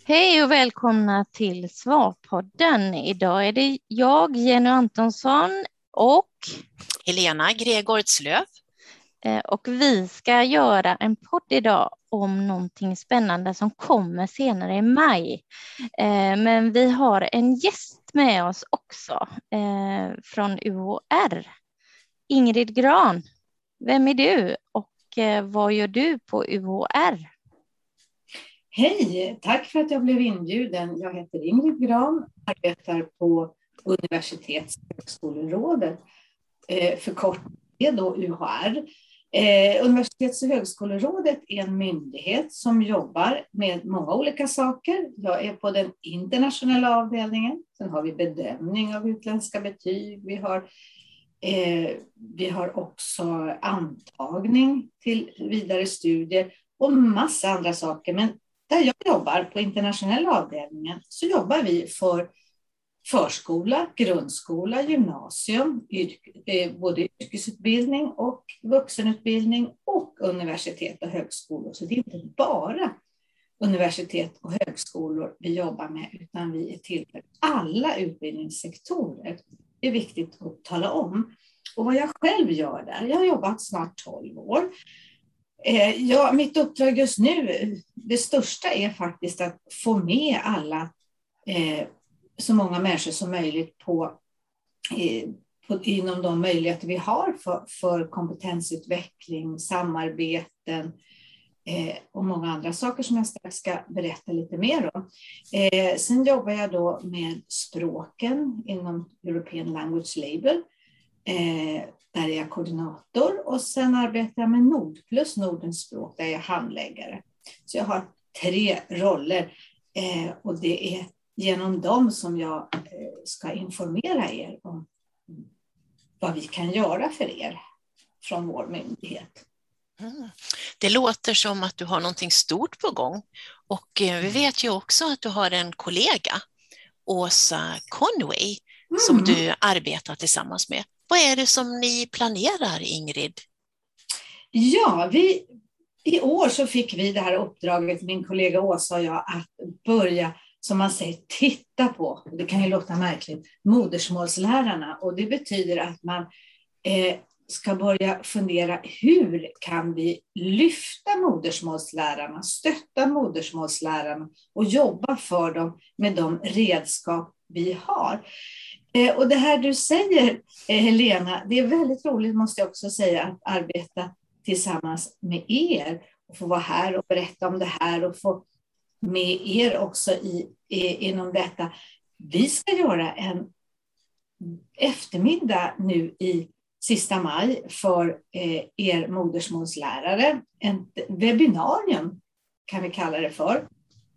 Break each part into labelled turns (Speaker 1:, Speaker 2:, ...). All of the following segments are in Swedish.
Speaker 1: Hej och välkomna till Svarpodden. Idag är det jag, Jenny Antonsson och
Speaker 2: Helena Gregortslöv.
Speaker 1: och vi ska göra en podd idag om någonting spännande som kommer senare i maj. Men vi har en gäst med oss också från UHR. Ingrid Gran, vem är du och vad gör du på UHR?
Speaker 3: Hej, tack för att jag blev inbjuden. Jag heter Ingrid Gran, arbetar på Universitets- och högskolerådet, förkortat är då UHR. Universitets- och högskolerådet är en myndighet som jobbar med många olika saker. Jag är på den internationella avdelningen. Sen har vi bedömning av utländska betyg. Vi har också antagning till vidare studier och massa andra saker. Men där jag jobbar på internationella avdelningen så jobbar vi för förskola, grundskola, gymnasium, både yrkesutbildning och vuxenutbildning och universitet och högskolor. Så det är inte bara universitet och högskolor vi jobbar med, utan vi är till för alla utbildningssektorer. Det är viktigt att tala om. Och vad jag själv gör där, jag har jobbat snart 12 år. Mitt uppdrag just nu, det största är faktiskt att få med alla, så många människor som möjligt inom de möjligheter vi har för kompetensutveckling, samarbeten och många andra saker som jag strax ska berätta lite mer om. Sen jobbar jag då med språken inom European Language Label. Där är jag koordinator och sen arbetar jag med Nordplus, Nordens språk, där jag är handläggare. Så jag har 3 roller och det är genom dem som jag ska informera er om vad vi kan göra för er från vår myndighet.
Speaker 2: Det låter som att du har någonting stort på gång och vi vet ju också att du har en kollega, Åsa Conway, som du arbetar tillsammans med. Vad är det som ni planerar, Ingrid?
Speaker 3: Ja, i år så fick vi det här uppdraget, min kollega Åsa och jag, att börja, som man säger, titta på, det kan ju låta märkligt, modersmålslärarna. Och det betyder att man ska börja fundera, hur kan vi lyfta modersmålslärarna, stötta modersmålslärarna och jobba för dem med de redskap vi har. Och det här du säger, Helena, det är väldigt roligt, måste jag också säga, att arbeta tillsammans med er och få vara här och berätta om det här och få med er också inom detta. Vi ska göra en eftermiddag nu i sista maj för er modersmålslärare. En webbinarium kan vi kalla det för,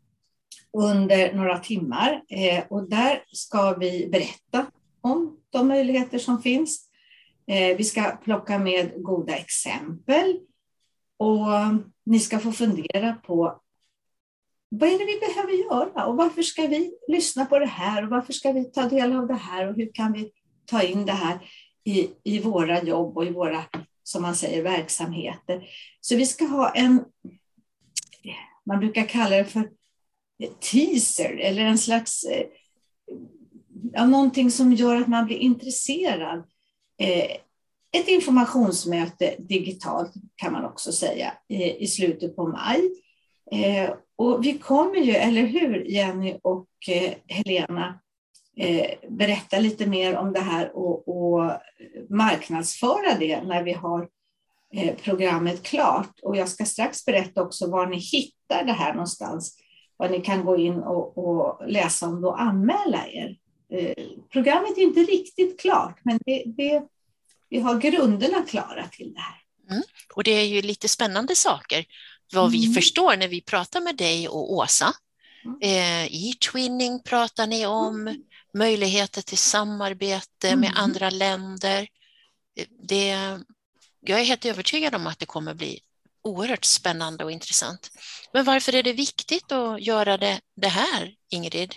Speaker 3: under några timmar. Och där ska vi berätta om de möjligheter som finns. Vi ska plocka med goda exempel och ni ska få fundera på vad är det vi behöver göra och varför ska vi lyssna på det här och varför ska vi ta del av det här och hur kan vi ta in det här i våra jobb och i våra, som man säger, verksamheter. Så vi ska ha man brukar kalla det för teaser eller en slags någonting som gör att man blir intresserad. Ett informationsmöte digitalt kan man också säga i slutet på maj. Och vi kommer ju, eller hur Jenny och Helena, berätta lite mer om det här och marknadsföra det när vi har programmet klart. Och jag ska strax berätta också var ni hittar det här någonstans. Vad ni kan gå in och läsa om det och anmäla er. Programmet är inte riktigt klart, men vi har grunderna klara till det här.
Speaker 2: Och det är ju lite spännande saker. Vad vi förstår när vi pratar med dig och Åsa. E-twinning pratar ni om. Möjligheter till samarbete med andra länder. Jag är helt övertygad om att det kommer bli oerhört spännande och intressant. Men varför är det viktigt att göra det här, Ingrid?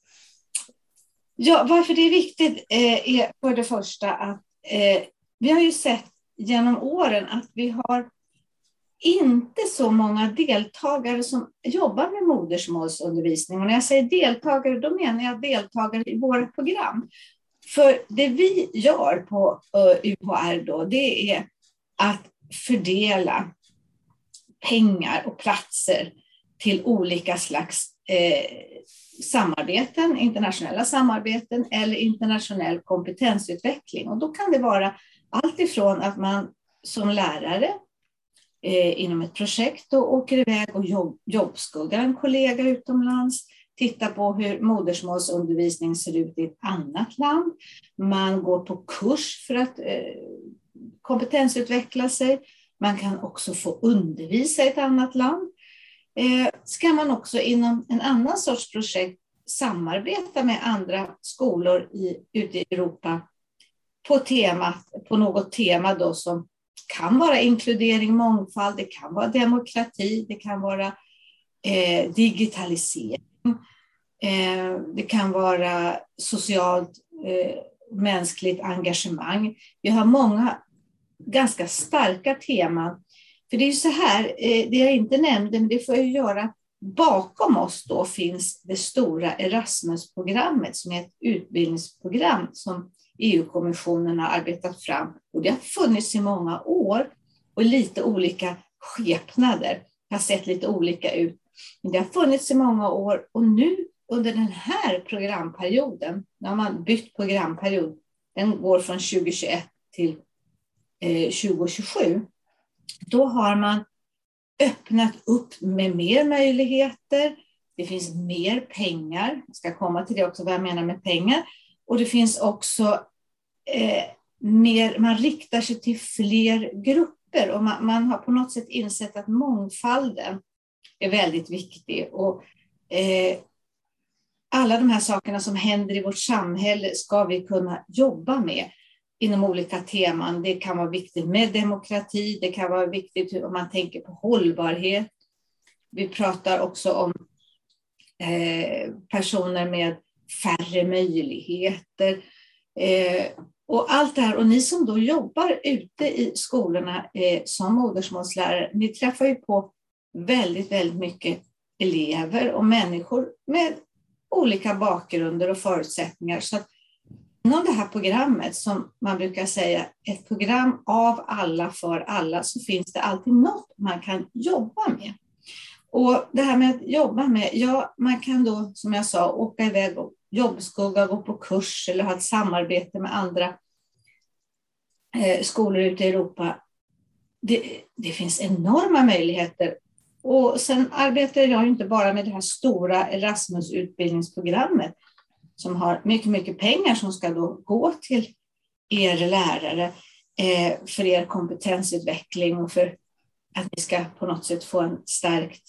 Speaker 3: Ja, varför det är viktigt är för det första att vi har ju sett genom åren att vi har inte så många deltagare som jobbar med modersmålsundervisning. Och när jag säger deltagare, då menar jag deltagare i våra program. För det vi gör på UHR då, det är att fördela pengar och platser till olika slags samarbeten, internationella samarbeten eller internationell kompetensutveckling. Och då kan det vara allt ifrån att man som lärare inom ett projekt då åker iväg och jobbskuggar en kollega utomlands, tittar på hur modersmålsundervisning ser ut i ett annat land. Man går på kurs för att kompetensutveckla sig. Man kan också få undervisa i ett annat land. Ska man också inom en annan sorts projekt samarbeta med andra skolor ute i Europa på något tema då som kan vara inkludering, mångfald, det kan vara demokrati, det kan vara digitalisering, det kan vara socialt mänskligt engagemang. Vi har många ganska starka teman. För det är ju så här, det jag inte nämnde, men det får jag ju göra. Bakom oss då finns det stora Erasmus-programmet som är ett utbildningsprogram som EU-kommissionen har arbetat fram. Och det har funnits i många år och lite olika skepnader. Det har sett lite olika ut. Men det har funnits i många år och nu under den här programperioden, när man bytt programperiod, den går från 2021 till 2027, då har man öppnat upp med mer möjligheter. Det finns mer pengar. Jag ska komma till det också, vad jag menar med pengar. Och det finns också mer, man riktar sig till fler grupper. Och man har på något sätt insett att mångfalden är väldigt viktig. Och alla de här sakerna som händer i vårt samhälle ska vi kunna jobba med inom olika teman. Det kan vara viktigt med demokrati, det kan vara viktigt om man tänker på hållbarhet. Vi pratar också om personer med färre möjligheter. Och allt det här, och ni som då jobbar ute i skolorna som modersmålslärare, ni träffar ju på väldigt, väldigt mycket elever och människor med olika bakgrunder och förutsättningar. Så att inom det här programmet, som man brukar säga, ett program av alla för alla, så finns det alltid något man kan jobba med. Och det här med att jobba med, ja, man kan då, som jag sa, åka iväg och jobbskugga, gå på kurs eller ha ett samarbete med andra skolor ute i Europa. Det finns enorma möjligheter. Och sen arbetar jag inte bara med det här stora Erasmus-utbildningsprogrammet som har mycket, mycket pengar som ska då gå till er lärare för er kompetensutveckling och för att ni ska på något sätt få en stärkt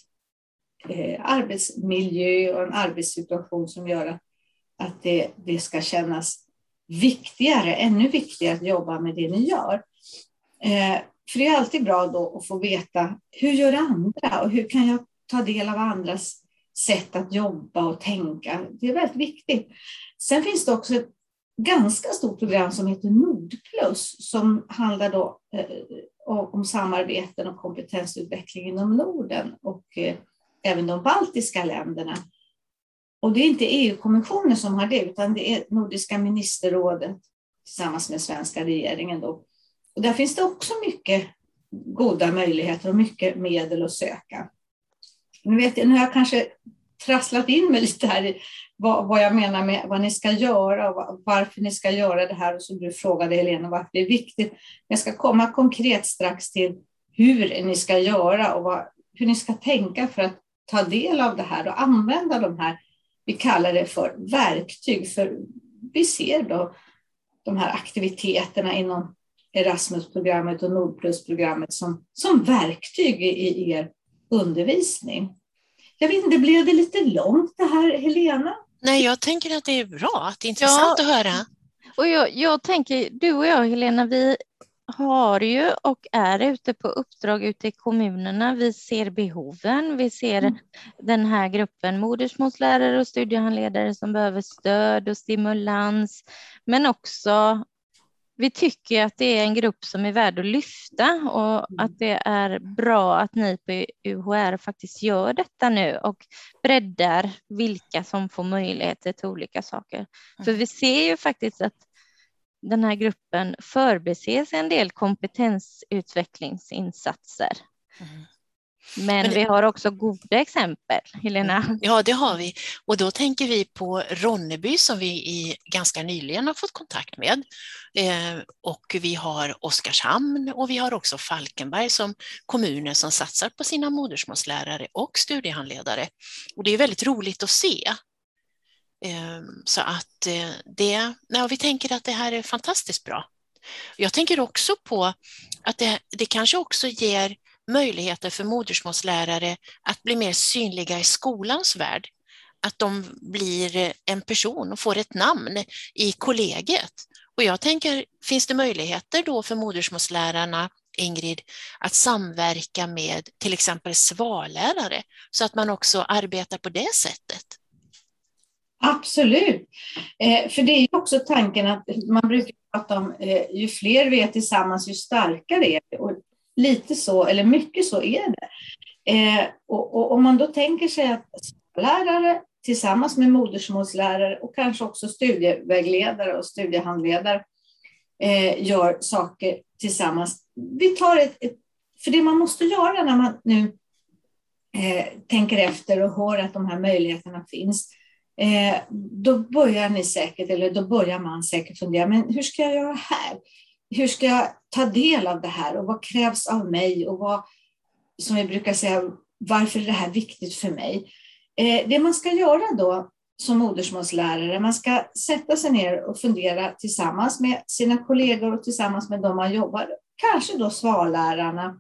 Speaker 3: arbetsmiljö och en arbetssituation som gör att det ska kännas viktigare, ännu viktigare att jobba med det ni gör. För det är alltid bra då att få veta hur gör andra och hur kan jag ta del av andras sätt att jobba och tänka. Det är väldigt viktigt. Sen finns det också ett ganska stort program som heter Nordplus som handlar då om samarbeten och kompetensutveckling inom Norden och även de baltiska länderna. Och det är inte EU-kommissionen som har det, utan det är Nordiska ministerrådet tillsammans med svenska regeringen då. Och där finns det också mycket goda möjligheter och mycket medel att söka. Nu har jag kanske trasslat in mig lite här i vad jag menar med vad ni ska göra och varför ni ska göra det här. Och så du frågade Helena varför det är viktigt. Jag ska komma konkret strax till hur ni ska göra och hur ni ska tänka för att ta del av det här och använda de här, vi kallar det för verktyg. För vi ser då de här aktiviteterna inom Erasmus-programmet och Nordplus-programmet som verktyg i er undervisning. Jag vet inte, blev det lite långt det här, Helena?
Speaker 2: Nej, jag tänker att det är bra, att det är intressant att höra.
Speaker 1: Och jag tänker, du och jag, Helena, vi har ju och är ute på uppdrag ute i kommunerna. Vi ser behoven, vi ser den här gruppen modersmålslärare och studiehandledare som behöver stöd och stimulans, men också vi tycker att det är en grupp som är värd att lyfta och att det är bra att ni på UHR faktiskt gör detta nu och breddar vilka som får möjligheter till olika saker. För vi ser ju faktiskt att den här gruppen förbises en del kompetensutvecklingsinsatser. Men vi har också goda exempel, Helena.
Speaker 2: Ja, det har vi. Och då tänker vi på Ronneby som vi ganska nyligen har fått kontakt med. Och vi har Oskarshamn och vi har också Falkenberg som kommuner som satsar på sina modersmålslärare och studiehandledare. Och det är väldigt roligt att se. Så att vi tänker att det här är fantastiskt bra. Jag tänker också på att det kanske också ger möjligheter för modersmålslärare att bli mer synliga i skolans värld. Att de blir en person och får ett namn i kollegiet. Och jag tänker, finns det möjligheter då för modersmålslärarna, Ingrid, att samverka med till exempel SVA-lärare så att man också arbetar på det sättet?
Speaker 3: Absolut. För det är ju också tanken att man brukar prata om ju fler vi är tillsammans, ju starkare är det. Och lite så, eller mycket så är det. Och om man då tänker sig att lärare tillsammans med modersmålslärare och kanske också studievägledare och studiehandledare gör saker tillsammans. Vi tar för det man måste göra när man nu tänker efter och hör att de här möjligheterna finns. Då börjar man säkert fundera, men hur ska jag göra här? Hur ska jag ta del av det här och vad krävs av mig och vad, som vi brukar säga, varför är det här viktigt för mig? Det man ska göra då som modersmålslärare, man ska sätta sig ner och fundera tillsammans med sina kollegor och tillsammans med dem man jobbar, kanske då SVA-lärarna.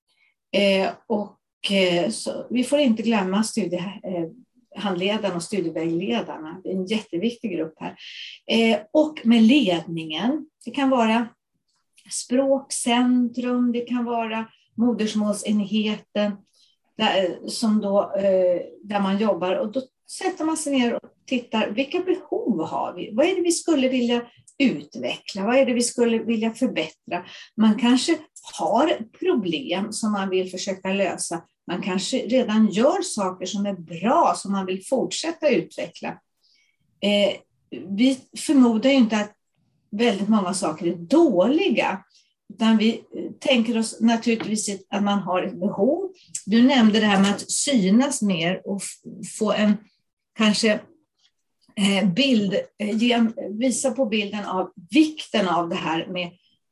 Speaker 3: Så vi får inte glömma studiehandledarna och studievägledarna. Det är en jätteviktig grupp här. Och med ledningen, det kan vara språkcentrum, det kan vara modersmålsenheten där man jobbar, och då sätter man sig ner och tittar, vilka behov har vi? Vad är det vi skulle vilja utveckla? Vad är det vi skulle vilja förbättra? Man kanske har problem som man vill försöka lösa. Man kanske redan gör saker som är bra som man vill fortsätta utveckla. Vi förmodar ju inte att väldigt många saker är dåliga, utan vi tänker oss naturligtvis att man har ett behov. Du nämnde det här med att synas mer och få en kanske visa på bilden av vikten av det här med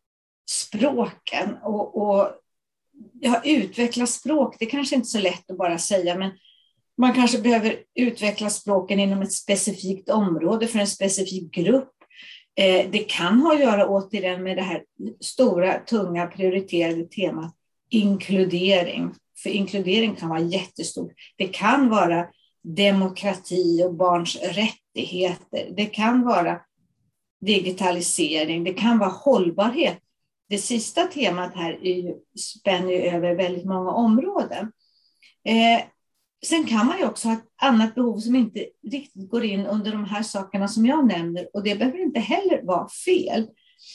Speaker 3: språken och utveckla språk. Det kanske inte är så lätt att bara säga, men man kanske behöver utveckla språken inom ett specifikt område för en specifik grupp. Det kan ha att göra återigen med det här stora, tunga, prioriterade temat inkludering. För inkludering kan vara jättestort. Det kan vara demokrati och barns rättigheter. Det kan vara digitalisering. Det kan vara hållbarhet. Det sista temat här spänner ju över väldigt många områden. Sen kan man ju också ha ett annat behov som inte riktigt går in under de här sakerna som jag nämner. Och det behöver inte heller vara fel.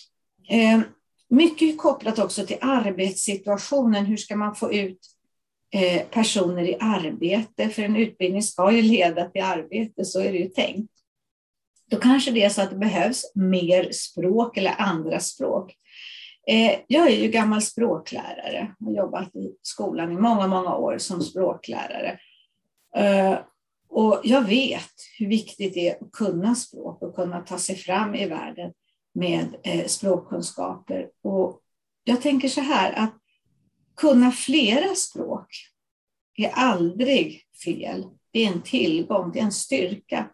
Speaker 3: Mycket kopplat också till arbetssituationen. Hur ska man få ut personer i arbete? För en utbildning ska ju leda till arbete, så är det ju tänkt. Då kanske det är så att det behövs mer språk eller andra språk. Jag är ju gammal språklärare och har jobbat i skolan i många, många år som språklärare. Och jag vet hur viktigt det är att kunna språk och kunna ta sig fram i världen med språkkunskaper. Och jag tänker så här, att kunna flera språk är aldrig fel. Det är en tillgång, det är en styrka.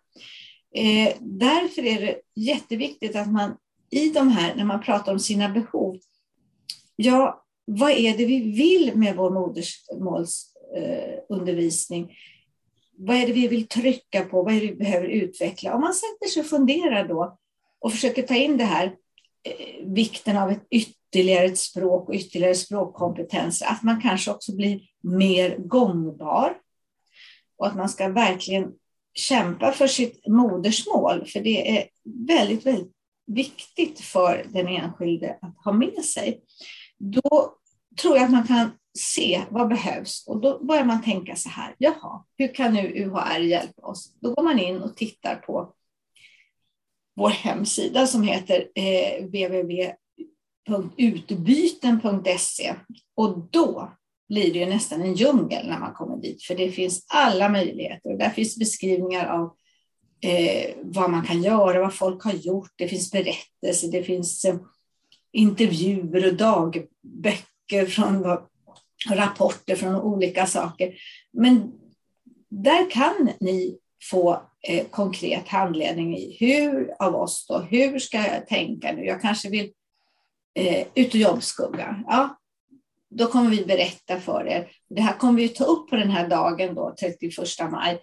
Speaker 3: Därför är det jätteviktigt att man i de här, när man pratar om sina behov, vad är det vi vill med vår modersmålsundervisning? Vad är det vi vill trycka på? Vad är det vi behöver utveckla? Om man sätter sig och funderar då och försöker ta in det här, vikten av ytterligare ett språk och ytterligare språkkompetenser, att man kanske också blir mer gångbar och att man ska verkligen kämpa för sitt modersmål, för det är väldigt, väldigt viktigt för den enskilde att ha med sig, då tror jag att man kan se vad behövs. Och då börjar man tänka så här, jaha, hur kan nu UHR hjälpa oss? Då går man in och tittar på vår hemsida som heter www.utbyten.se, och då blir det ju nästan en djungel när man kommer dit, för det finns alla möjligheter och där finns beskrivningar av vad man kan göra, vad folk har gjort, det finns berättelser, det finns intervjuer och dagböcker från rapporter från olika saker. Men där kan ni få konkret handledning i hur ska jag tänka nu? Jag kanske vill ut och jobbskugga. Ja, då kommer vi berätta för er. Det här kommer vi ta upp på den här dagen då, 31 maj.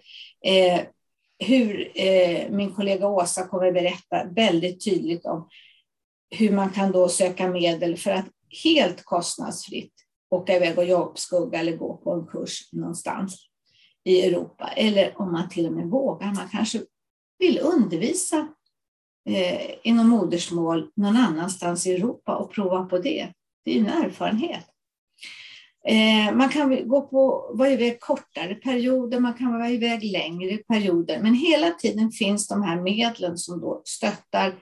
Speaker 3: Min kollega Åsa kommer berätta väldigt tydligt om hur man kan då söka medel för att helt kostnadsfritt åka iväg och jobbskugga eller gå på en kurs någonstans i Europa. Eller om man till och med vågar, man kanske vill undervisa inom modersmål någon annanstans i Europa och prova på det. Det är en erfarenhet. Man kan vara iväg kortare perioder, man kan vara iväg längre perioder, men hela tiden finns de här medlen som då stöttar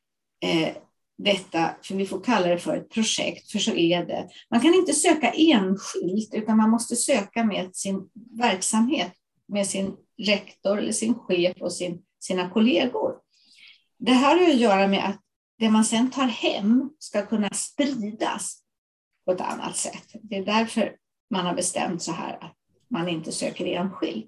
Speaker 3: detta, för vi får kalla det för ett projekt, för så är det. Man kan inte söka enskilt, utan man måste söka med sin verksamhet, med sin rektor eller sin chef och sina kollegor. Det här har att göra med att det man sedan tar hem ska kunna spridas på ett annat sätt. Det är därför man har bestämt så här att man inte söker enskilt.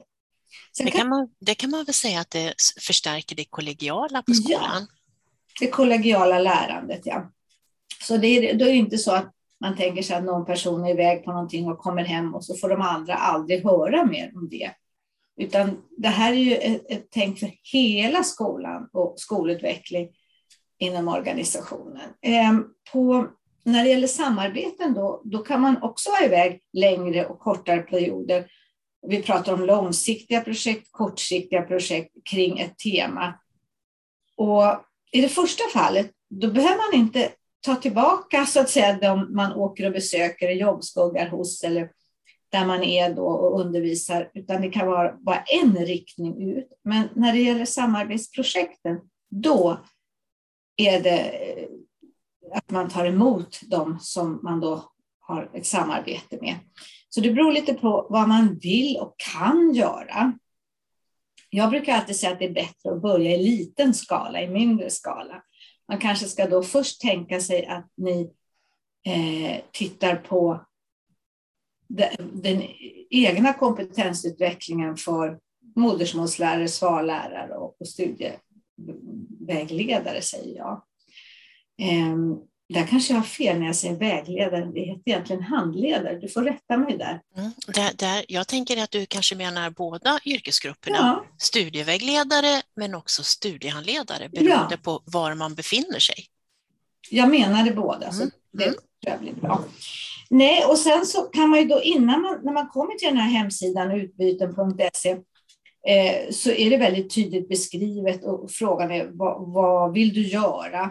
Speaker 2: Det kan man väl säga att det förstärker det kollegiala på skolan?
Speaker 3: Ja, det kollegiala lärandet, ja. Så då är det inte så att man tänker sig att någon person är iväg på någonting och kommer hem och så får de andra aldrig höra mer om det. Utan det här är ju ett tänk för hela skolan och skolutveckling inom organisationen. När det gäller samarbeten då kan man också vara iväg längre och kortare perioder. Vi pratar om långsiktiga projekt, kortsiktiga projekt kring ett tema. Och i det första fallet, då behöver man inte ta tillbaka så att säga de man åker och besöker i jobbskuggar hos eller där man är då och undervisar, utan det kan vara bara en riktning ut. Men när det gäller samarbetsprojekten, då är det att man tar emot dem som man då har ett samarbete med. Så det beror lite på vad man vill och kan göra. Jag brukar alltid säga att det är bättre att börja i liten skala, i mindre skala. Man kanske ska då först tänka sig att ni tittar på den egna kompetensutvecklingen för modersmålslärare, svallärare och studievägledare, säger jag. Där kanske jag har fel när jag säger vägledare. Det heter egentligen handledare. Du får rätta mig där.
Speaker 2: Jag tänker att du kanske menar båda yrkesgrupperna.
Speaker 3: Ja.
Speaker 2: Studievägledare men också studiehandledare beroende på var man befinner sig.
Speaker 3: Jag menade båda. Så det tror jag blir bra. Nej, och sen så kan man ju då när man kommer till den här hemsidan utbyten.se så är det väldigt tydligt beskrivet och frågan är vad vill du göra?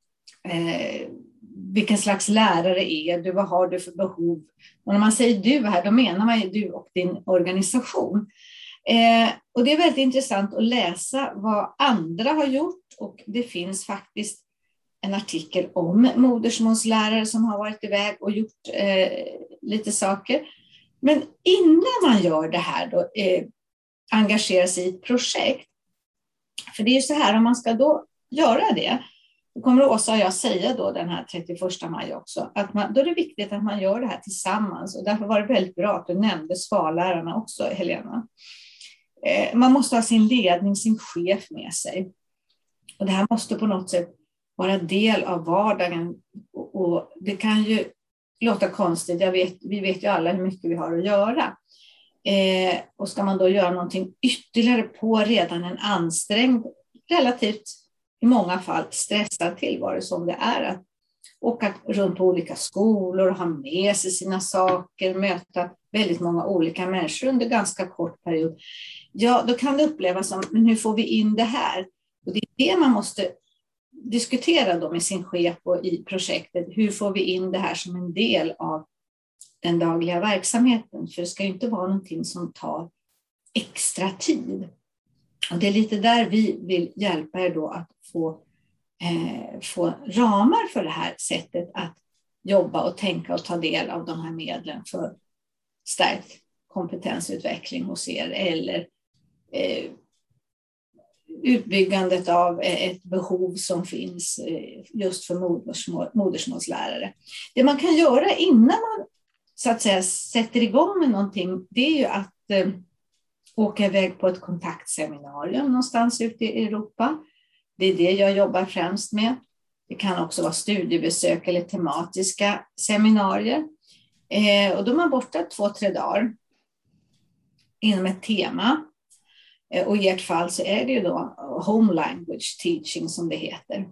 Speaker 3: Vilken slags lärare är du? Vad har du för behov? Och när man säger du här, då menar man ju du och din organisation. Och det är väldigt intressant att läsa vad andra har gjort, och det finns faktiskt en artikel om modersmålslärare som har varit iväg och gjort lite saker. Men innan man gör det här då, engagerar sig i ett projekt. För det är ju så här, om man ska då göra det, då kommer Åsa och jag säga då den här 31 maj också, att då är det viktigt att man gör det här tillsammans. Och därför var det väldigt bra att du nämnde svallärarna också, Helena. Man måste ha sin ledning, sin chef med sig. Och det här måste på något sätt vara del av vardagen. Och det kan ju låta konstigt, vi vet ju alla hur mycket vi har att göra. Och ska man då göra någonting ytterligare på redan en ansträngd, relativt i många fall stressad tillvaro som det är att åka runt på olika skolor och ha med sig sina saker, möta väldigt många olika människor under ganska kort period. Ja, då kan det upplevas som, men hur får vi in det här? Och det är det man måste diskutera då med sin chef och i projektet, hur får vi in det här som en del av den dagliga verksamheten? För det ska ju inte vara någonting som tar extra tid. Och det är lite där vi vill hjälpa er då att få ramar för det här sättet att jobba och tänka och ta del av de här medlen för stärkt kompetensutveckling hos er, eller utbyggandet av ett behov som finns just för modersmålslärare. Det man kan göra innan man så att säga sätter igång med någonting, det är ju att åka iväg på ett kontaktseminarium någonstans ute i Europa. Det är det jag jobbar främst med. Det kan också vara studiebesök eller tematiska seminarier. Och då är man borta 2-3 dagar inom ett tema. Och i ert fall så är det ju då home language teaching som det heter.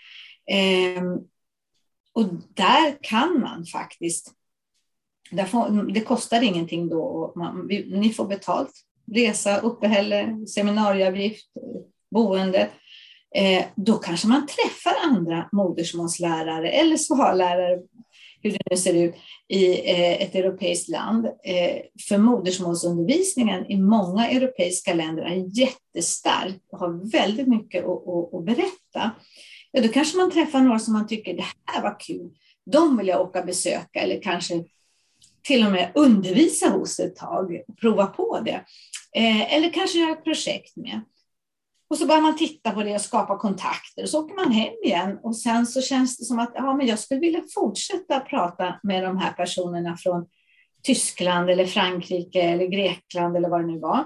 Speaker 3: Och där kan man faktiskt, det kostar ingenting då, ni får betalt, resa, uppehälle, seminarieavgift, boende. Då kanske man träffar andra modersmålslärare eller svallärare, hur det nu ser ut, i ett europeiskt land. För modersmålsundervisningen i många europeiska länder är jättestark och har väldigt mycket att berätta. Ja, då kanske man träffar några som man tycker, det här var kul, de vill jag åka besöka, eller kanske till och med undervisa hos ett tag och prova på det. Eller kanske göra ett projekt med. Och så börjar man titta på det och skapa kontakter. Och så åker man hem igen. Och sen så känns det som att men jag skulle vilja fortsätta prata med de här personerna från Tyskland eller Frankrike eller Grekland eller vad det nu var.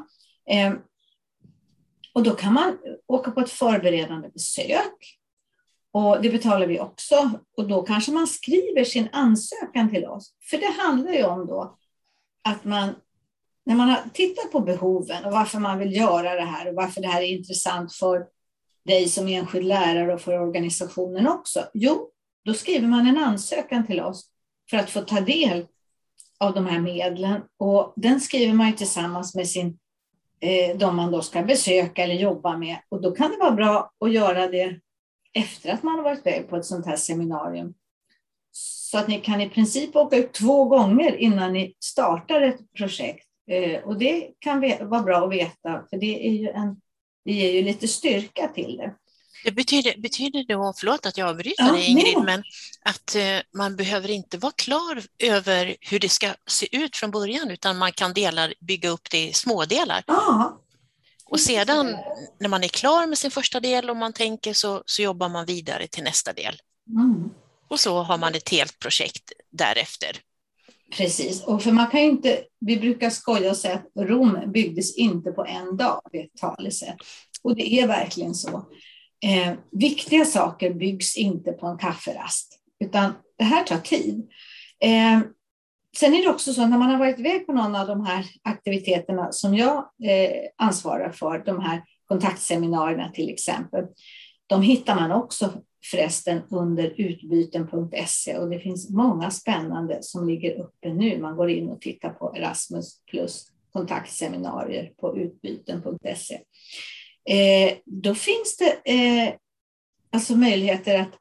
Speaker 3: Och då kan man åka på ett förberedande besök. Och det betalar vi också. Och då kanske man skriver sin ansökan till oss. För det handlar ju om då att man, när man har tittat på behoven och varför man vill göra det här och varför det här är intressant för dig som enskild lärare och för organisationen också. Jo, då skriver man en ansökan till oss för att få ta del av de här medlen. Och den skriver man ju tillsammans med de man då ska besöka eller jobba med. Och då kan det vara bra att göra det efter att man har varit med på ett sånt här seminarium. Så att ni kan i princip åka ut 2 gånger innan ni startar ett projekt. Och det kan vara bra att veta, för det ger ju lite styrka till det.
Speaker 2: Det betyder då, förlåt att jag avbryter dig Ingrid, men att man behöver inte vara klar över hur det ska se ut från början, utan man kan bygga upp det i smådelar.
Speaker 3: Ja.
Speaker 2: Och sedan när man är klar med sin första del och man tänker så jobbar man vidare till nästa del.
Speaker 3: Mm.
Speaker 2: Och så har man ett helt projekt därefter.
Speaker 3: Precis, och för man kan ju inte, vi brukar skoja och säga att Rom byggdes inte på en dag, det är ett talesätt. Och det är verkligen så. Viktiga saker byggs inte på en kafferast, utan det här tar tid. Sen är det också så att när man har varit iväg på någon av de här aktiviteterna som jag ansvarar för, de här kontaktseminarierna till exempel, de hittar man också förresten under utbyten.se, och det finns många spännande som ligger uppe nu. Man går in och tittar på Erasmus plus kontaktseminarier på utbyten.se. Då finns det alltså möjligheter att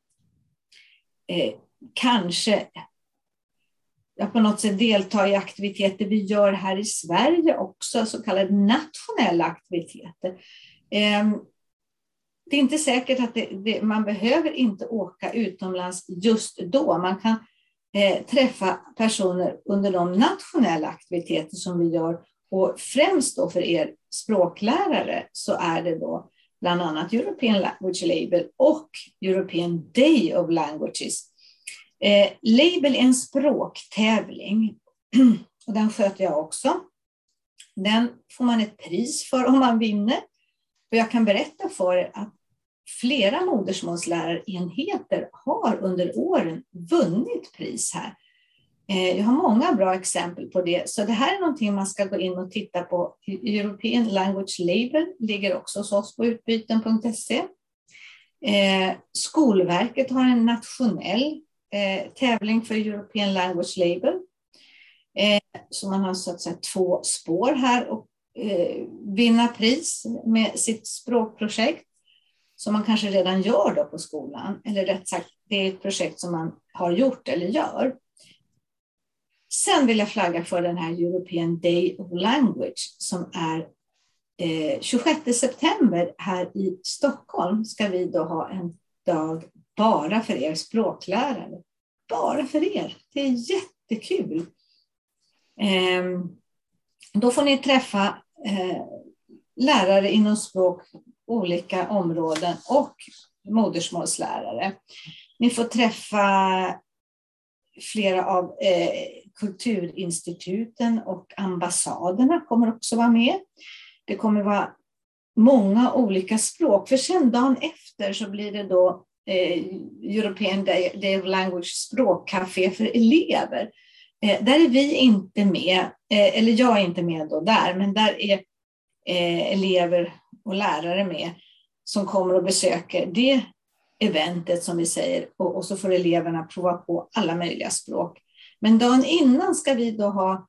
Speaker 3: kanske på något sätt delta i aktiviteter vi gör här i Sverige också, så kallade nationella aktiviteter. Det är inte säkert att man behöver inte åka utomlands just då. Man kan träffa personer under de nationella aktiviteter som vi gör. Och främst då för er språklärare så är det då bland annat European Language Label och European Day of Languages. Label är en språktävling och den sköter jag också. Den får man ett pris för om man vinner. Och jag kan berätta för er att flera modersmålslärarenheter har under åren vunnit pris här. Jag har många bra exempel på det. Så det här är någonting man ska gå in och titta på. European Language Label ligger också hos oss på utbyten.se. Skolverket har en nationell tävling för European Language Label. Så man har så att säga 2 spår här och vinna pris med sitt språkprojekt. som man kanske redan gör då på skolan. Eller rätt sagt, det är ett projekt som man har gjort eller gör. Sen vill jag flagga för den här European Day of Language som är 26 september här i Stockholm. Ska vi då ha en dag bara för er språklärare. Bara för er. Det är jättekul. Då får ni träffa lärare inom språk, olika områden och modersmålslärare. Ni får träffa flera av kulturinstituten och ambassaderna kommer också vara med. Det kommer vara många olika språk. För sen dagen efter så blir det då European Day of Language språkcafé för elever. Där är vi inte med, eller jag är inte med då där, men där är elever och lärare med som kommer och besöker det eventet som vi säger och så får eleverna prova på alla möjliga språk. Men dagen innan ska vi då ha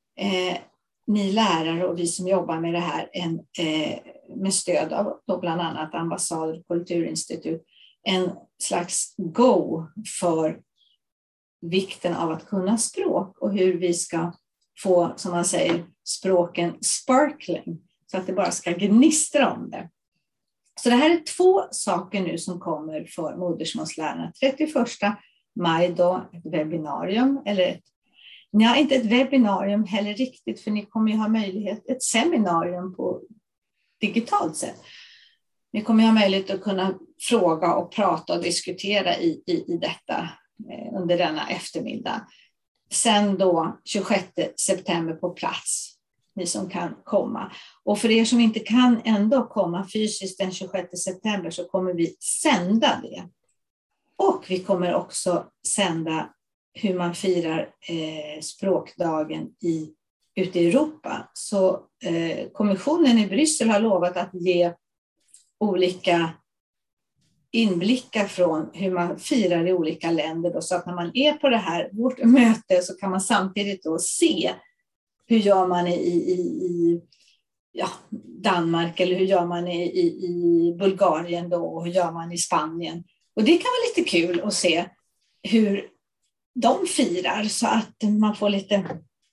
Speaker 3: ni lärare och vi som jobbar med det här med stöd av då bland annat ambassader och kulturinstitut en slags go för vikten av att kunna språk och hur vi ska få, som man säger, språken sparkling så att det bara ska gnistra om det. Så det här är 2 saker nu som kommer för modersmålslärarna. 31 maj då ett webbinarium, eller inte ett webbinarium heller riktigt, för ni kommer ju ha möjlighet, ett seminarium på digitalt sätt. Ni kommer ju ha möjlighet att kunna fråga och prata och diskutera i detta under denna eftermiddag. Sen då 26 september på plats. Ni som kan komma. Och för er som inte kan ändå komma fysiskt den 26 september så kommer vi sända det. Och vi kommer också sända hur man firar språkdagen ute i Europa. Så kommissionen i Bryssel har lovat att ge olika inblickar från hur man firar i olika länder. Då, så att när man är på det här, vårt möte, så kan man samtidigt då se hur gör man i Danmark eller hur gör man i Bulgarien då och hur gör man i Spanien. Och det kan vara lite kul att se hur de firar så att man får lite...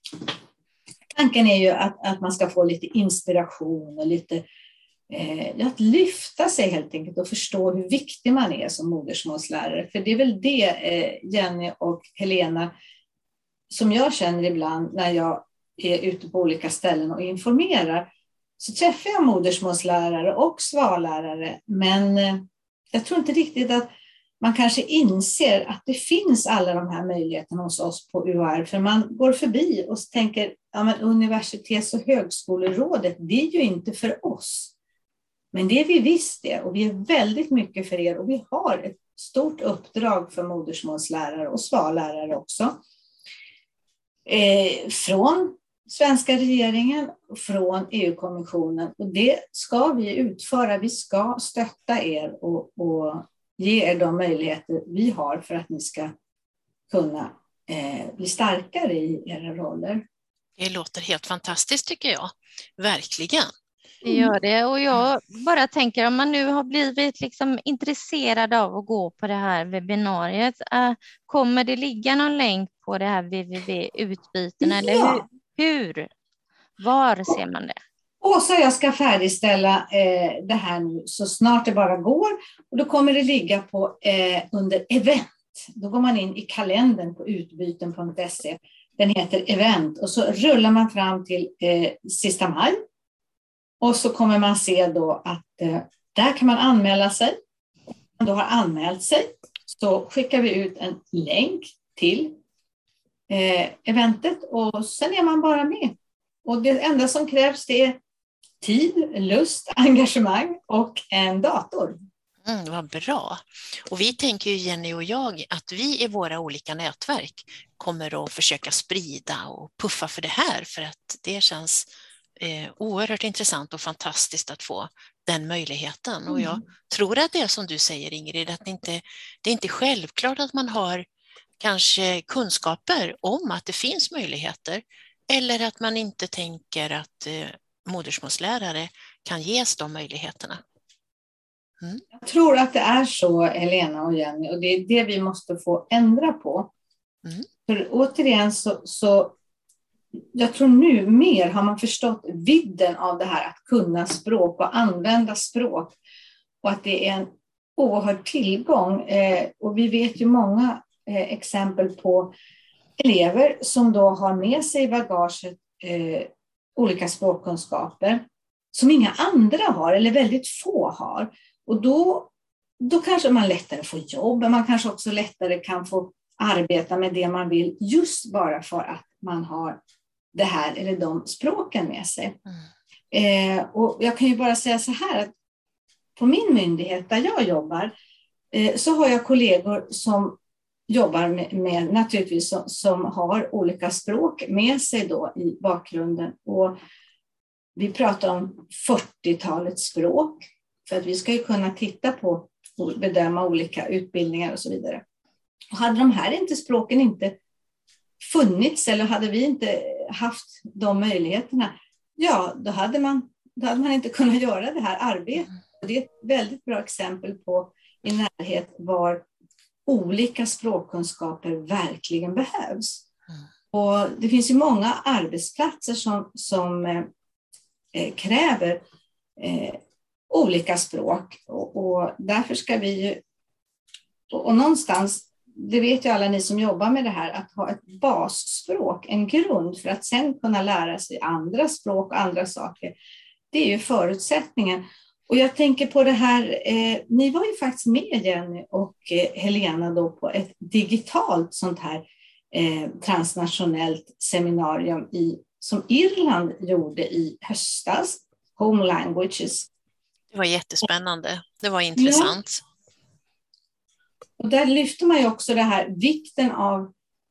Speaker 3: Tanken är ju att man ska få lite inspiration och lite att lyfta sig helt enkelt och förstå hur viktig man är som modersmålslärare. För det är väl det Jenny och Helena som jag känner ibland när jag är ute på olika ställen och informerar. Så träffar jag modersmålslärare och svallärare, men jag tror inte riktigt att man kanske inser att det finns alla de här möjligheterna hos oss på UR. För man går förbi och tänker, ja men universitets- och högskolerådet, det är ju inte för oss. Men det är vi visst det, och vi är väldigt mycket för er och vi har ett stort uppdrag för modersmålslärare och svallärare också. Från svenska regeringen och från EU-kommissionen, och det ska vi utföra. Vi ska stötta er och ge er de möjligheter vi har för att ni ska kunna bli starkare i era roller.
Speaker 2: Det låter helt fantastiskt tycker jag, verkligen.
Speaker 1: Det gör det, och jag bara tänker om man nu har blivit liksom intresserad av att gå på det här webbinariet, kommer det ligga någon länk på det här www-utbyten eller hur? Var ser man det?
Speaker 3: Åsa och jag ska färdigställa det här nu så snart det bara går, och då kommer det ligga på under event. Då går man in i kalendern på utbyten.se. Den heter event och så rullar man fram till sista maj. Och så kommer man se då att där kan man anmäla sig. Om man då har anmält sig så skickar vi ut en länk till eventet och sen är man bara med. Och det enda som krävs det är tid, lust, engagemang och en dator.
Speaker 2: Vad bra. Och vi tänker ju Jenny och jag att vi i våra olika nätverk kommer att försöka sprida och puffa för det här, för att det känns oerhört intressant och fantastiskt att få den möjligheten. Och jag tror att det är som du säger Ingrid, att det är inte självklart att man har kanske kunskaper om att det finns möjligheter, eller att man inte tänker att modersmålslärare kan ges de möjligheterna.
Speaker 3: Jag tror att det är så, Helena och Jenny, och det är det vi måste få ändra på. För återigen så jag tror nu mer har man förstått vidden av det här att kunna språk och använda språk. Och att det är en oerhörd tillgång. Och vi vet ju många exempel på elever som då har med sig i bagaget olika språkkunskaper som inga andra har eller väldigt få har. Och då kanske man lättare får jobb, men man kanske också lättare kan få arbeta med det man vill just bara för att man har det här eller de språken med sig. Och jag kan ju bara säga så här att på min myndighet där jag jobbar så har jag kollegor som jobbar med naturligtvis som har olika språk med sig då i bakgrunden. Och vi pratar om 40-talets språk för att vi ska ju kunna titta på och bedöma olika utbildningar och så vidare. Och hade de här språken inte funnits eller hade vi inte haft de möjligheterna, ja då hade man inte kunnat göra det här arbetet. Det är ett väldigt bra exempel på i närhet var olika språkkunskaper verkligen behövs. Och det finns ju många arbetsplatser som kräver olika språk och därför ska vi ju, och någonstans, det vet ju alla ni som jobbar med det här, att ha ett basspråk, en grund för att sen kunna lära sig andra språk och andra saker. Det är ju förutsättningen. Och jag tänker på det här, ni var ju faktiskt med Jenny och Helena då på ett digitalt sånt här transnationellt seminarium som Irland gjorde i höstas, Home Languages.
Speaker 2: Det var jättespännande, det var intressant.
Speaker 3: Ja. Och där lyfter man ju också det här vikten av,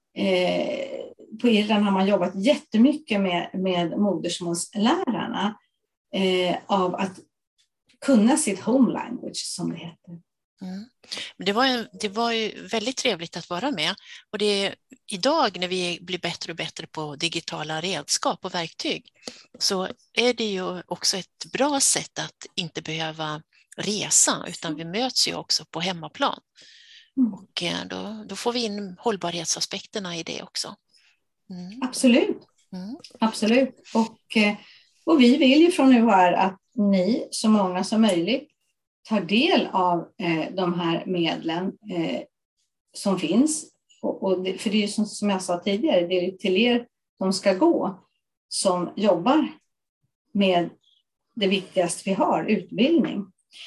Speaker 3: på Irland har man jobbat jättemycket med modersmålslärarna av att kunna sitt home language som det heter.
Speaker 2: Det var ju väldigt trevligt att vara med och idag när vi blir bättre och bättre på digitala redskap och verktyg så är det ju också ett bra sätt att inte behöva resa utan vi möts ju också på hemmaplan. Och då får vi in hållbarhetsaspekterna i det också.
Speaker 3: Absolut. Och vi vill ju från UHR att ni så många som möjligt tar del av de här medlen som finns. För det är ju som jag sa tidigare, det är till er som ska gå som jobbar med det viktigaste vi har, utbildning.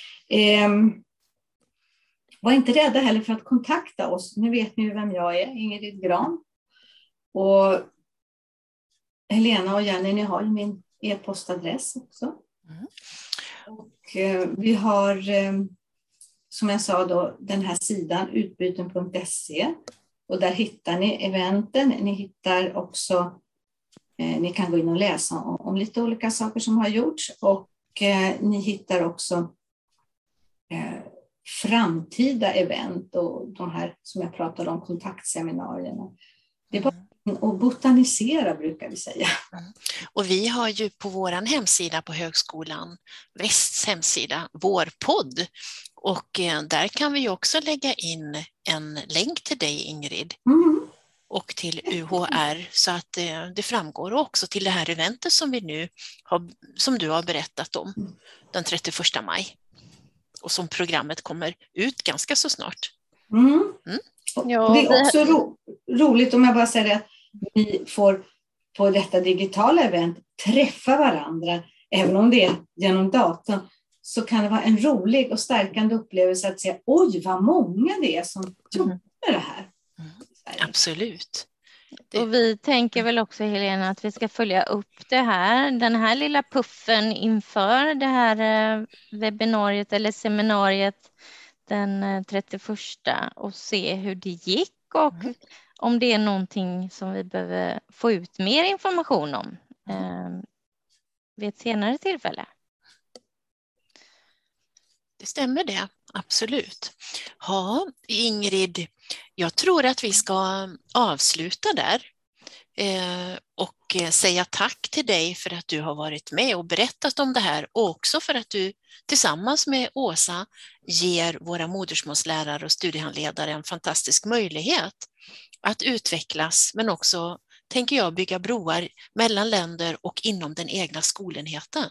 Speaker 3: Var inte rädda heller för att kontakta oss. Nu vet ni vem jag är, Ingrid Gran. Och Helena och Jenny, ni har ju min e-postadress också. Och vi har, som jag sa då, den här sidan utbyten.se. Och där hittar ni eventen. Ni hittar också, ni kan gå in och läsa om lite olika saker som har gjorts. Och ni hittar också framtida event och de här som jag pratade om, kontaktseminarierna. Det är bara att botanisera brukar vi säga.
Speaker 2: Och vi har ju på vår hemsida på Högskolan Västs hemsida vår podd och där kan vi också lägga in en länk till dig Ingrid och till UHR så att det framgår och också till det här eventet som vi nu har, som du har berättat om den 31 maj. Och som programmet kommer ut ganska så snart.
Speaker 3: Ja, det är också roligt om jag bara säger det, att vi får på detta digitala event träffa varandra. Även om det är genom datorn så kan det vara en rolig och stärkande upplevelse att se oj vad många det är som jobbar med det här.
Speaker 2: Absolut.
Speaker 1: Och vi tänker väl också Helena att vi ska följa upp det här, den här lilla puffen inför det här webbinariet eller seminariet den 31 och se hur det gick och om det är någonting som vi behöver få ut mer information om vid ett senare tillfälle.
Speaker 2: Det stämmer det, absolut. Ja, Ingrid, jag tror att vi ska avsluta där. och säga tack till dig för att du har varit med och berättat om det här, och också för att du tillsammans med Åsa ger våra modersmålslärare och studiehandledare en fantastisk möjlighet att utvecklas, men också, tänker jag, bygga broar mellan länder och inom den egna skolenheten.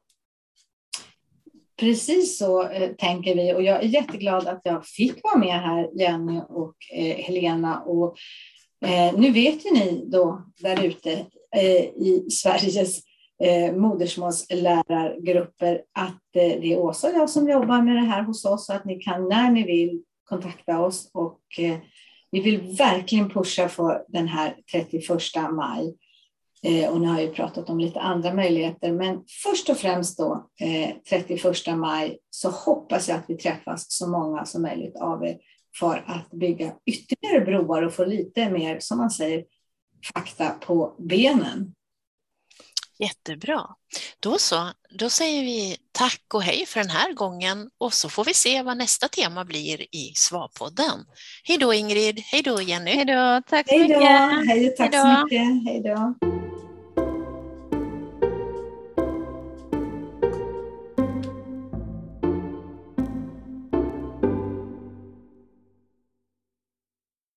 Speaker 3: Precis så tänker vi, och jag är jätteglad att jag fick vara med här, Jenny och Helena. Och nu vet ju ni då där ute i Sveriges modersmålslärargrupper att det är Åsa och jag som jobbar med det här hos oss, så att ni kan när ni vill kontakta oss, och vi vill verkligen pusha för den här 31 maj. Och nu har jag ju pratat om lite andra möjligheter, men först och främst då 31 maj så hoppas jag att vi träffas så många som möjligt av er för att bygga ytterligare broar och få lite mer, som man säger, fakta på benen.
Speaker 2: Jättebra. Då säger vi tack och hej för den här gången, och så får vi se vad nästa tema blir i Svarpodden. Hej då Ingrid, hej då Jenny.
Speaker 1: Hej då, tack så
Speaker 3: Hej
Speaker 1: mycket.
Speaker 3: då, hej, tack så mycket, hej då.